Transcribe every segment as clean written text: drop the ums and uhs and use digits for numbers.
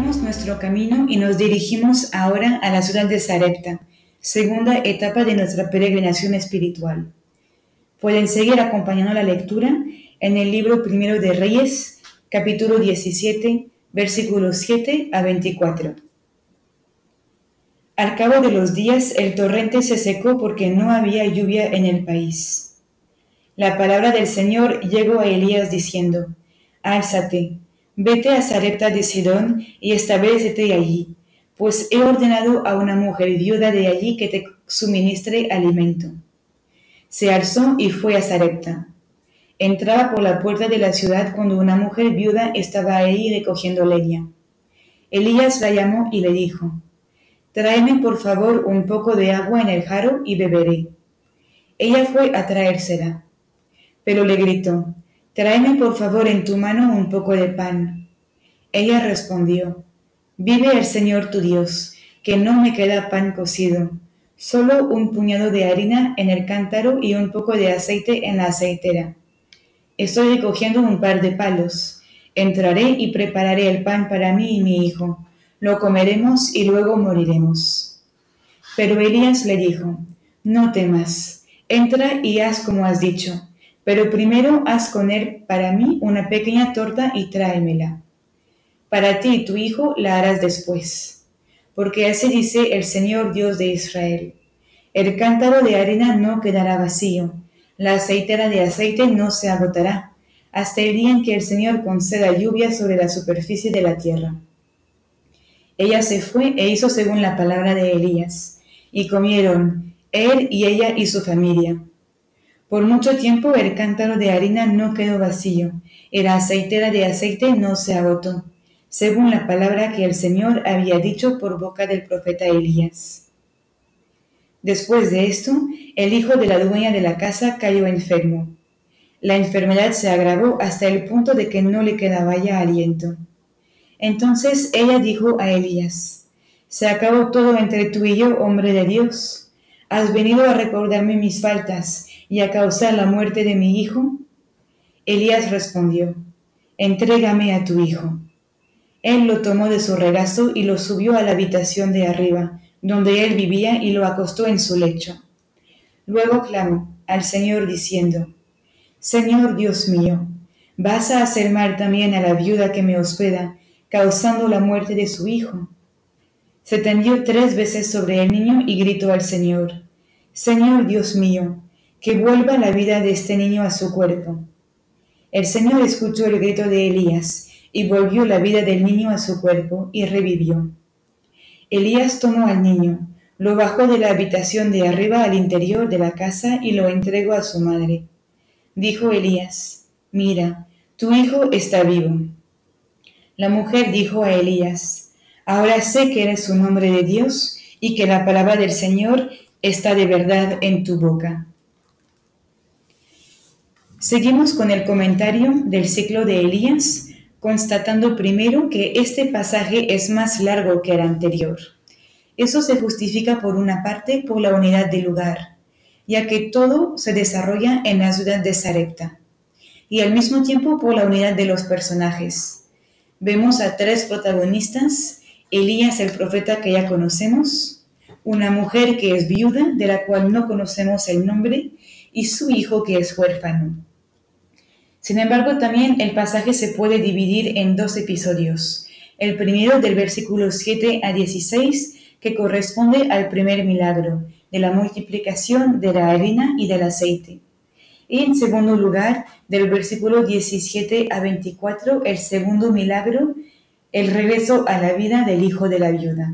Continuamos nuestro camino y nos dirigimos ahora a la ciudad de Sarepta, segunda etapa de nuestra peregrinación espiritual. Pueden seguir acompañando la lectura en el libro Primero de Reyes, capítulo 17, versículos 7 a 24. Al cabo de los días, el torrente se secó porque no había lluvia en el país. La palabra del Señor llegó a Elías diciendo: Álzate, vete a Sarepta de Sidón y establécete allí, pues he ordenado a una mujer viuda de allí que te suministre alimento. Se alzó y fue a Sarepta. Entraba por la puerta de la ciudad cuando una mujer viuda estaba ahí recogiendo leña. Elías la llamó y le dijo: Tráeme por favor un poco de agua en el jarro y beberé. Ella fue a traérsela. Pero le gritó: Tráeme por favor en tu mano un poco de pan. Ella respondió: Vive el Señor tu Dios, que no me queda pan cocido, solo un puñado de harina en el cántaro y un poco de aceite en la aceitera. Estoy recogiendo un par de palos. Entraré y prepararé el pan para mí y mi hijo. Lo comeremos y luego moriremos. Pero Elías le dijo: No temas, entra y haz como has dicho, pero primero haz con él para mí una pequeña torta y tráemela. Para ti y tu hijo la harás después. Porque así dice el Señor Dios de Israel: El cántaro de harina no quedará vacío, la aceitera de aceite no se agotará, hasta el día en que el Señor conceda lluvia sobre la superficie de la tierra. Ella se fue e hizo según la palabra de Elías, y comieron él y ella y su familia. Por mucho tiempo el cántaro de harina no quedó vacío, y la aceitera de aceite no se agotó, según la palabra que el Señor había dicho por boca del profeta Elías. Después de esto, el hijo de la dueña de la casa cayó enfermo. La enfermedad se agravó hasta el punto de que no le quedaba ya aliento. Entonces ella dijo a Elías: Se acabó todo entre tú y yo, hombre de Dios. ¿Has venido a recordarme mis faltas y a causar la muerte de mi hijo? Elías respondió: Entrégame a tu hijo. Él lo tomó de su regazo y lo subió a la habitación de arriba, donde él vivía, y lo acostó en su lecho. Luego clamó al Señor diciendo: Señor Dios mío, ¿vas a hacer mal también a la viuda que me hospeda, causando la muerte de su hijo? Se tendió 3 veces sobre el niño y gritó al Señor: Señor Dios mío, que vuelva la vida de este niño a su cuerpo. El Señor escuchó el grito de Elías y volvió la vida del niño a su cuerpo y revivió. Elías tomó al niño, lo bajó de la habitación de arriba al interior de la casa y lo entregó a su madre. Dijo Elías: Mira, tu hijo está vivo. La mujer dijo a Elías: Ahora sé que eres un hombre de Dios y que la palabra del Señor está de verdad en tu boca. Seguimos con el comentario del ciclo de Elías, constatando primero que este pasaje es más largo que el anterior. Eso se justifica por una parte por la unidad del lugar, ya que todo se desarrolla en la ciudad de Sarepta, y al mismo tiempo por la unidad de los personajes. Vemos a 3 protagonistas: Elías, el profeta que ya conocemos, una mujer que es viuda, de la cual no conocemos el nombre, y su hijo que es huérfano. Sin embargo, también el pasaje se puede dividir en 2 episodios. El primero del versículo 7 a 16, que corresponde al primer milagro, de la multiplicación de la harina y del aceite. Y en segundo lugar, del versículo 17 a 24, el segundo milagro, el regreso a la vida del hijo de la viuda.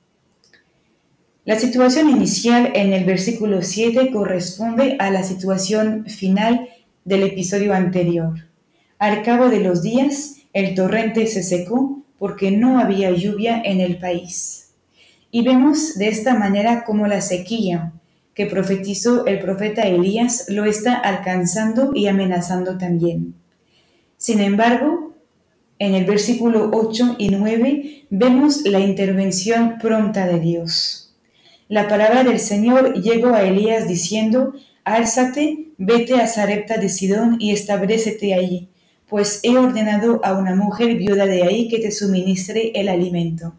La situación inicial en el versículo 7 corresponde a la situación final del episodio anterior. Al cabo de los días, el torrente se secó porque no había lluvia en el país. Y vemos de esta manera cómo la sequía que profetizó el profeta Elías lo está alcanzando y amenazando también. Sin embargo, en el versículo 8 y 9 vemos la intervención pronta de Dios. La palabra del Señor llegó a Elías diciendo: Álzate, vete a Sarepta de Sidón y establécete allí, pues he ordenado a una mujer viuda de ahí que te suministre el alimento.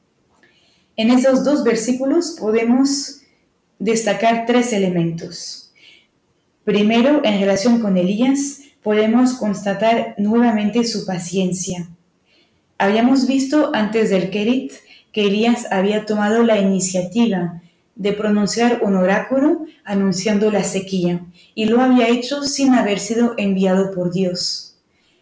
En esos dos versículos podemos destacar tres elementos. Primero, en relación con Elías, podemos constatar nuevamente su paciencia. Habíamos visto antes del Kerit que Elías había tomado la iniciativa de pronunciar un oráculo anunciando la sequía, y lo había hecho sin haber sido enviado por Dios.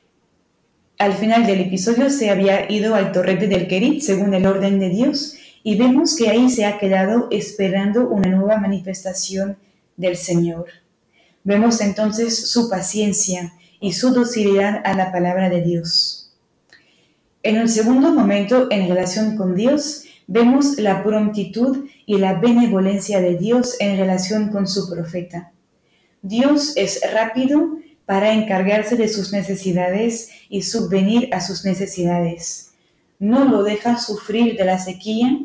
Al final del episodio se había ido al torrente del Kerit según el orden de Dios, y vemos que ahí se ha quedado esperando una nueva manifestación del Señor. Vemos entonces su paciencia y su docilidad a la palabra de Dios. En un segundo momento, en relación con Dios, vemos la prontitud y la benevolencia de Dios en relación con su profeta. Dios es rápido para encargarse de sus necesidades y subvenir a sus necesidades. No lo deja sufrir de la sequía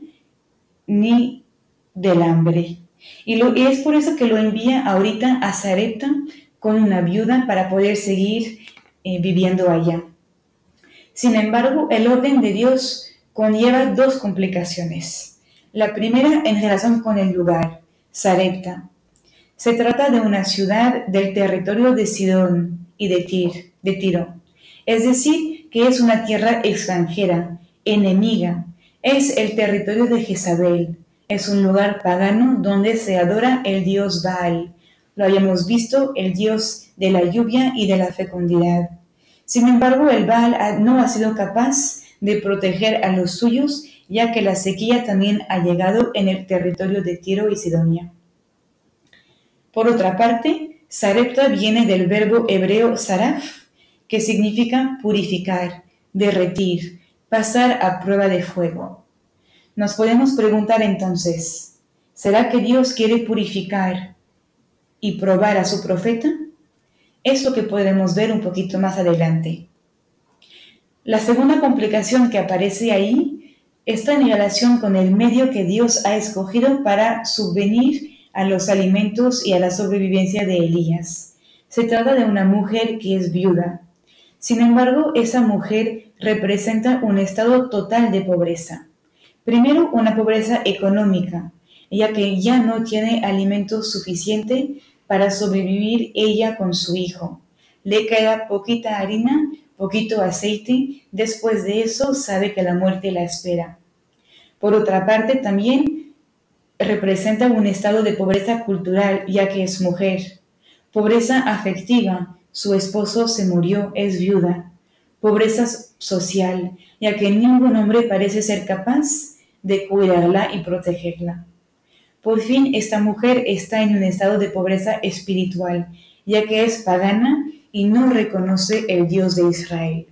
ni del hambre. Y es por eso que lo envía ahorita a Sarepta con una viuda para poder seguir viviendo allá. Sin embargo, el orden de Dios conlleva dos complicaciones. La primera en relación con el lugar, Sarepta. Se trata de una ciudad del territorio de Sidón y de Tiro. Es decir, que es una tierra extranjera, enemiga. Es el territorio de Jezabel. Es un lugar pagano donde se adora el dios Baal. Lo habíamos visto, el dios de la lluvia y de la fecundidad. Sin embargo, el Baal no ha sido capaz de proteger a los suyos, ya que la sequía también ha llegado en el territorio de Tiro y Sidonia. Por otra parte, Sarepta viene del verbo hebreo saraf, que significa purificar, derretir, pasar a prueba de fuego. Nos podemos preguntar entonces, ¿será que Dios quiere purificar y probar a su profeta? Es lo que podremos ver un poquito más adelante. La segunda complicación que aparece ahí está en relación con el medio que Dios ha escogido para subvenir a los alimentos y a la sobrevivencia de Elías. Se trata de una mujer que es viuda. Sin embargo, esa mujer representa un estado total de pobreza. Primero, una pobreza económica, ya que ya no tiene alimento suficiente para sobrevivir ella con su hijo. Le queda poquita harina, poquito aceite, después de eso sabe que la muerte la espera. Por otra parte, también representa un estado de pobreza cultural, ya que es mujer. Pobreza afectiva, su esposo se murió, es viuda. Pobreza social, ya que ningún hombre parece ser capaz de cuidarla y protegerla. Por fin, esta mujer está en un estado de pobreza espiritual, ya que es pagana y no reconoce el Dios de Israel.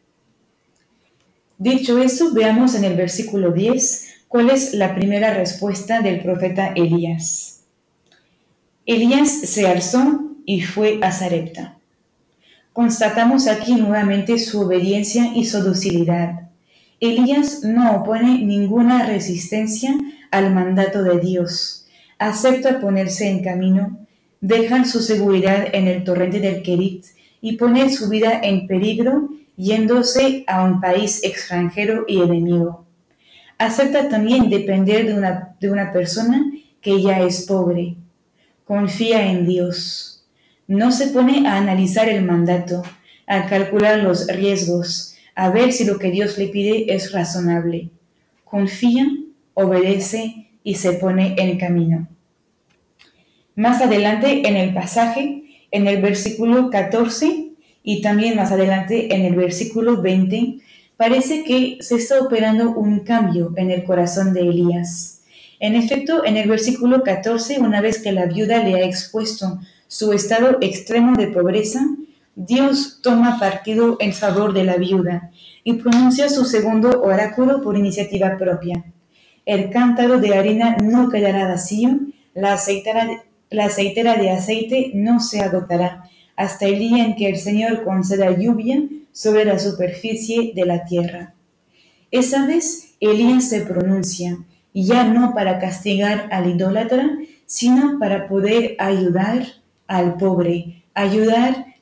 Dicho eso, veamos en el versículo 10 cuál es la primera respuesta del profeta Elías. Elías se alzó y fue a Sarepta. Constatamos aquí nuevamente su obediencia y su docilidad. Elías no opone ninguna resistencia al mandato de Dios. Acepta ponerse en camino, deja su seguridad en el torrente del Kerit y pone su vida en peligro yéndose a un país extranjero y enemigo. Acepta también depender de una persona que ya es pobre. Confía en Dios. No se pone a analizar el mandato, a calcular los riesgos, a ver si lo que Dios le pide es razonable. Confía, obedece y se pone en camino. Más adelante en el pasaje, en el versículo 14 y también más adelante en el versículo 20, parece que se está operando un cambio en el corazón de Elías. En efecto, en el versículo 14, una vez que la viuda le ha expuesto su estado extremo de pobreza, Dios toma partido en favor de la viuda y pronuncia su segundo oráculo por iniciativa propia. El cántaro de harina no quedará vacío, la aceitera de aceite no se agotará, hasta el día en que el Señor conceda lluvia sobre la superficie de la tierra. Esa vez Elías se pronuncia, ya no para castigar al idólatra, sino para poder ayudar al pobre, ayudar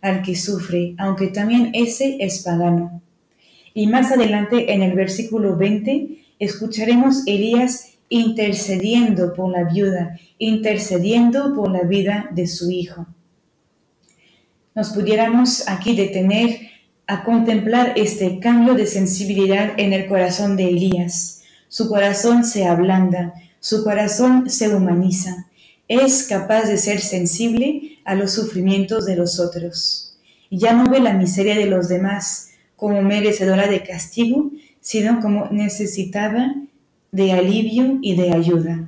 al que sufre, aunque también ese es pagano. Y más adelante, en el versículo 20, escucharemos Elías intercediendo por la viuda, intercediendo por la vida de su hijo. Nos pudiéramos aquí detener a contemplar este cambio de sensibilidad en el corazón de Elías. Su corazón se ablanda, su corazón se humaniza, es capaz de ser sensible a los sufrimientos de los otros. Ya no ve la miseria de los demás como merecedora de castigo, sino como necesitada de alivio y de ayuda.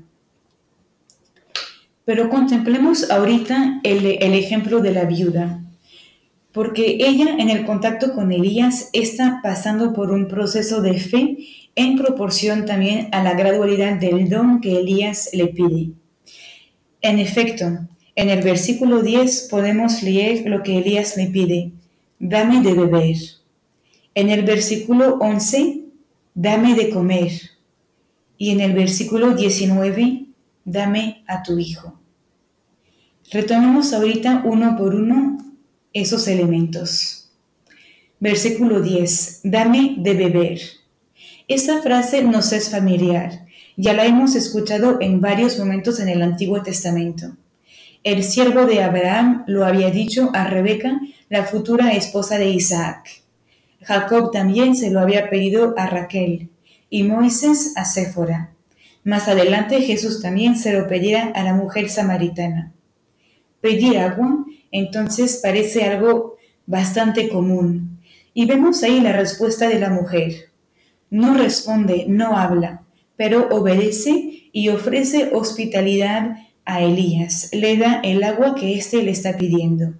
Pero contemplemos ahorita el ejemplo de la viuda, porque ella en el contacto con Elías está pasando por un proceso de fe en proporción también a la gradualidad del don que Elías le pide. En efecto, en el versículo 10 podemos leer lo que Elías le pide: dame de beber. En el versículo 11, dame de comer. Y en el versículo 19, dame a tu hijo. Retomemos ahorita uno por uno esos elementos. Versículo 10, dame de beber. Esta frase nos es familiar, ya la hemos escuchado en varios momentos en el Antiguo Testamento. El siervo de Abraham lo había dicho a Rebeca, la futura esposa de Isaac. Jacob también se lo había pedido a Raquel, y Moisés a Séfora. Más adelante Jesús también se lo pedirá a la mujer samaritana. Pedir agua, entonces, parece algo bastante común. Y vemos ahí la respuesta de la mujer. No responde, no habla, pero obedece y ofrece hospitalidad a Elías. Le da el agua que éste le está pidiendo.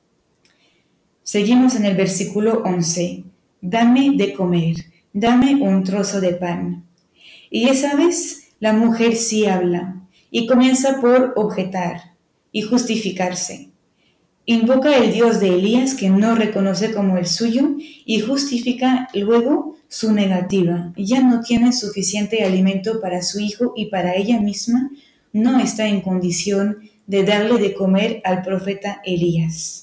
Seguimos en el versículo 11. Dame de comer, dame un trozo de pan. Y esa vez la mujer sí habla y comienza por objetar y justificarse. Invoca el Dios de Elías que no reconoce como el suyo y justifica luego su negativa. Ya no tiene suficiente alimento para su hijo y para ella misma no está en condición de darle de comer al profeta Elías.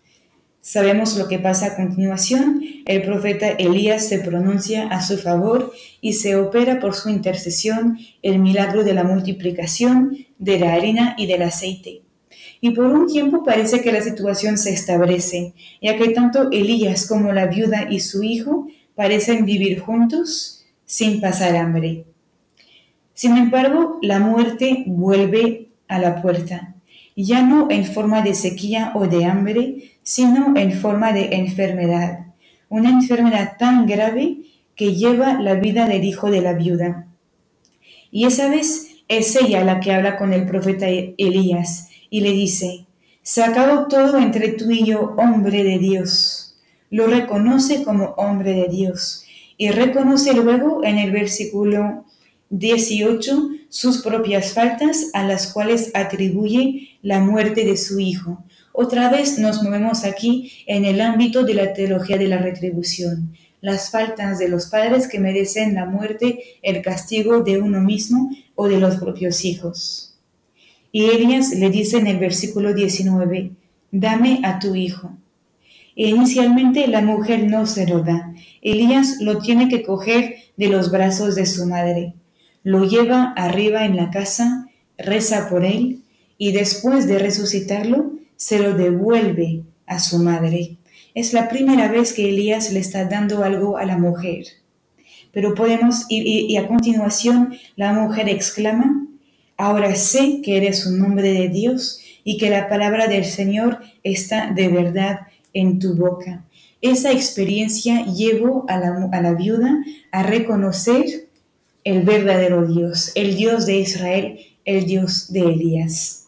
Sabemos lo que pasa a continuación. El profeta Elías se pronuncia a su favor y se opera por su intercesión el milagro de la multiplicación de la harina y del aceite. Y por un tiempo parece que la situación se establece, ya que tanto Elías como la viuda y su hijo parecen vivir juntos sin pasar hambre. Sin embargo, la muerte vuelve a la puerta, ya no en forma de sequía o de hambre, sino en forma de enfermedad, una enfermedad tan grave que lleva la vida del hijo de la viuda. Y esa vez es ella la que habla con el profeta Elías y le dice: se acabó todo entre tú y yo, hombre de Dios. Lo reconoce como hombre de Dios y reconoce luego en el versículo 18 sus propias faltas a las cuales atribuye la muerte de su hijo. Otra vez nos movemos aquí en el ámbito de la teología de la retribución, las faltas de los padres que merecen la muerte, el castigo de uno mismo o de los propios hijos. Y Elías le dice en el versículo 19, dame a tu hijo. E inicialmente la mujer no se lo da. Elías lo tiene que coger de los brazos de su madre. Lo lleva arriba en la casa, reza por él y después de resucitarlo se lo devuelve a su madre. Es la primera vez que Elías le está dando algo a la mujer. Pero podemos ir y a continuación la mujer exclama: ahora sé que eres un hombre de Dios y que la palabra del Señor está de verdad en tu boca. Esa experiencia llevó a la viuda a reconocer el verdadero Dios, el Dios de Israel, el Dios de Elías.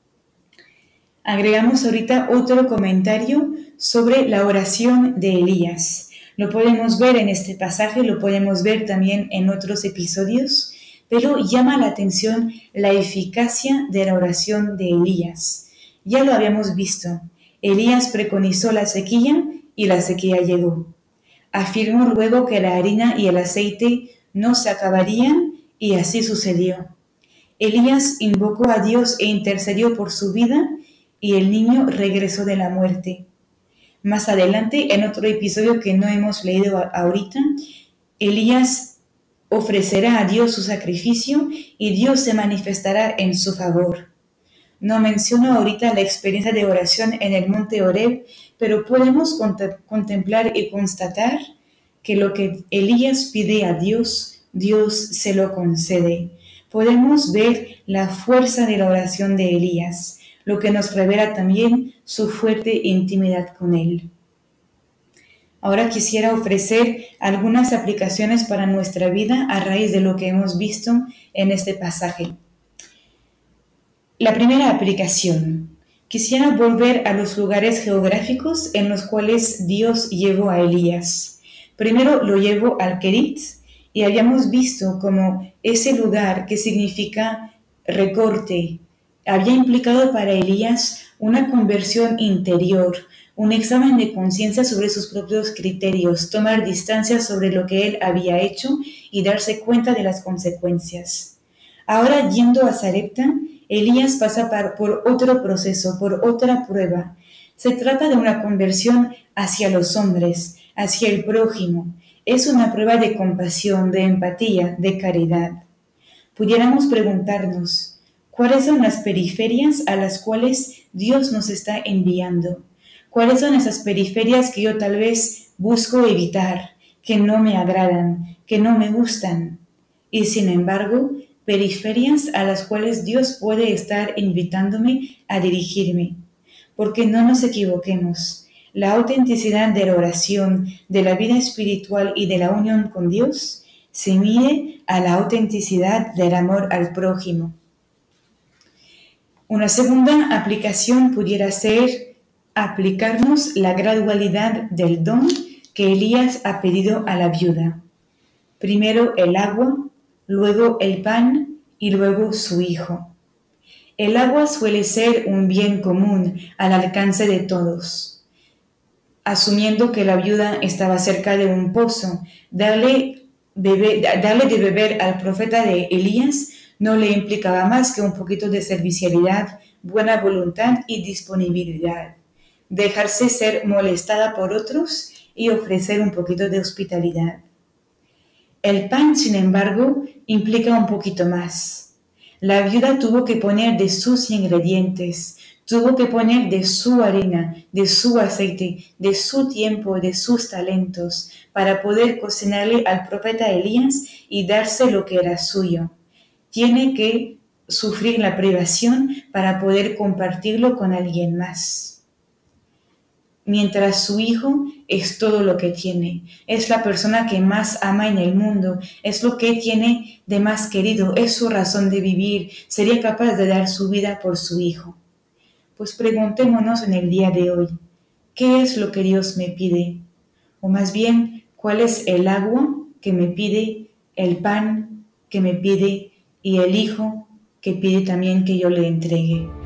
Agregamos ahorita otro comentario sobre la oración de Elías. Lo podemos ver en este pasaje, lo podemos ver también en otros episodios, pero llama la atención la eficacia de la oración de Elías. Ya lo habíamos visto. Elías preconizó la sequía y la sequía llegó. Afirmó luego que la harina y el aceite no se acabarían y así sucedió. Elías invocó a Dios e intercedió por su vida y el niño regresó de la muerte. Más adelante, en otro episodio que no hemos leído ahorita, Elías ofrecerá a Dios su sacrificio y Dios se manifestará en su favor. No menciono ahorita la experiencia de oración en el monte Horeb, pero podemos contemplar y constatar que lo que Elías pide a Dios, Dios se lo concede. Podemos ver la fuerza de la oración de Elías, lo que nos revela también su fuerte intimidad con él. Ahora quisiera ofrecer algunas aplicaciones para nuestra vida a raíz de lo que hemos visto en este pasaje. La primera aplicación. Quisiera volver a los lugares geográficos en los cuales Dios llevó a Elías. Primero lo llevó al Kerit y habíamos visto cómo ese lugar que significa recorte había implicado para Elías una conversión interior, un examen de conciencia sobre sus propios criterios, tomar distancia sobre lo que él había hecho y darse cuenta de las consecuencias. Ahora, yendo a Sarepta, Elías pasa por otro proceso, por otra prueba. Se trata de una conversión hacia los hombres, hacia el prójimo. Es una prueba de compasión, de empatía, de caridad. Pudiéramos preguntarnos, ¿cuáles son las periferias a las cuales Dios nos está enviando? ¿Cuáles son esas periferias que yo tal vez busco evitar, que no me agradan, que no me gustan? Y sin embargo, periferias a las cuales Dios puede estar invitándome a dirigirme. Porque no nos equivoquemos, la autenticidad de la oración, de la vida espiritual y de la unión con Dios se mide a la autenticidad del amor al prójimo. Una segunda aplicación pudiera ser aplicarnos la gradualidad del don que Elías ha pedido a la viuda. Primero el agua, luego el pan y luego su hijo. El agua suele ser un bien común al alcance de todos. Asumiendo que la viuda estaba cerca de un pozo, darle de beber al profeta de Elías no le implicaba más que un poquito de servicialidad, buena voluntad y disponibilidad. Dejarse ser molestada por otros y ofrecer un poquito de hospitalidad. El pan, sin embargo, implica un poquito más. La viuda tuvo que poner de sus ingredientes, tuvo que poner de su harina, de su aceite, de su tiempo, de sus talentos, para poder cocinarle al profeta Elías y darse lo que era suyo. Tiene que sufrir la privación para poder compartirlo con alguien más. Mientras su hijo es todo lo que tiene, es la persona que más ama en el mundo, es lo que tiene de más querido, es su razón de vivir, sería capaz de dar su vida por su hijo. Pues preguntémonos en el día de hoy, ¿qué es lo que Dios me pide? O más bien, ¿cuál es el agua que me pide, el pan que me pide y el hijo que pide también que yo le entregue?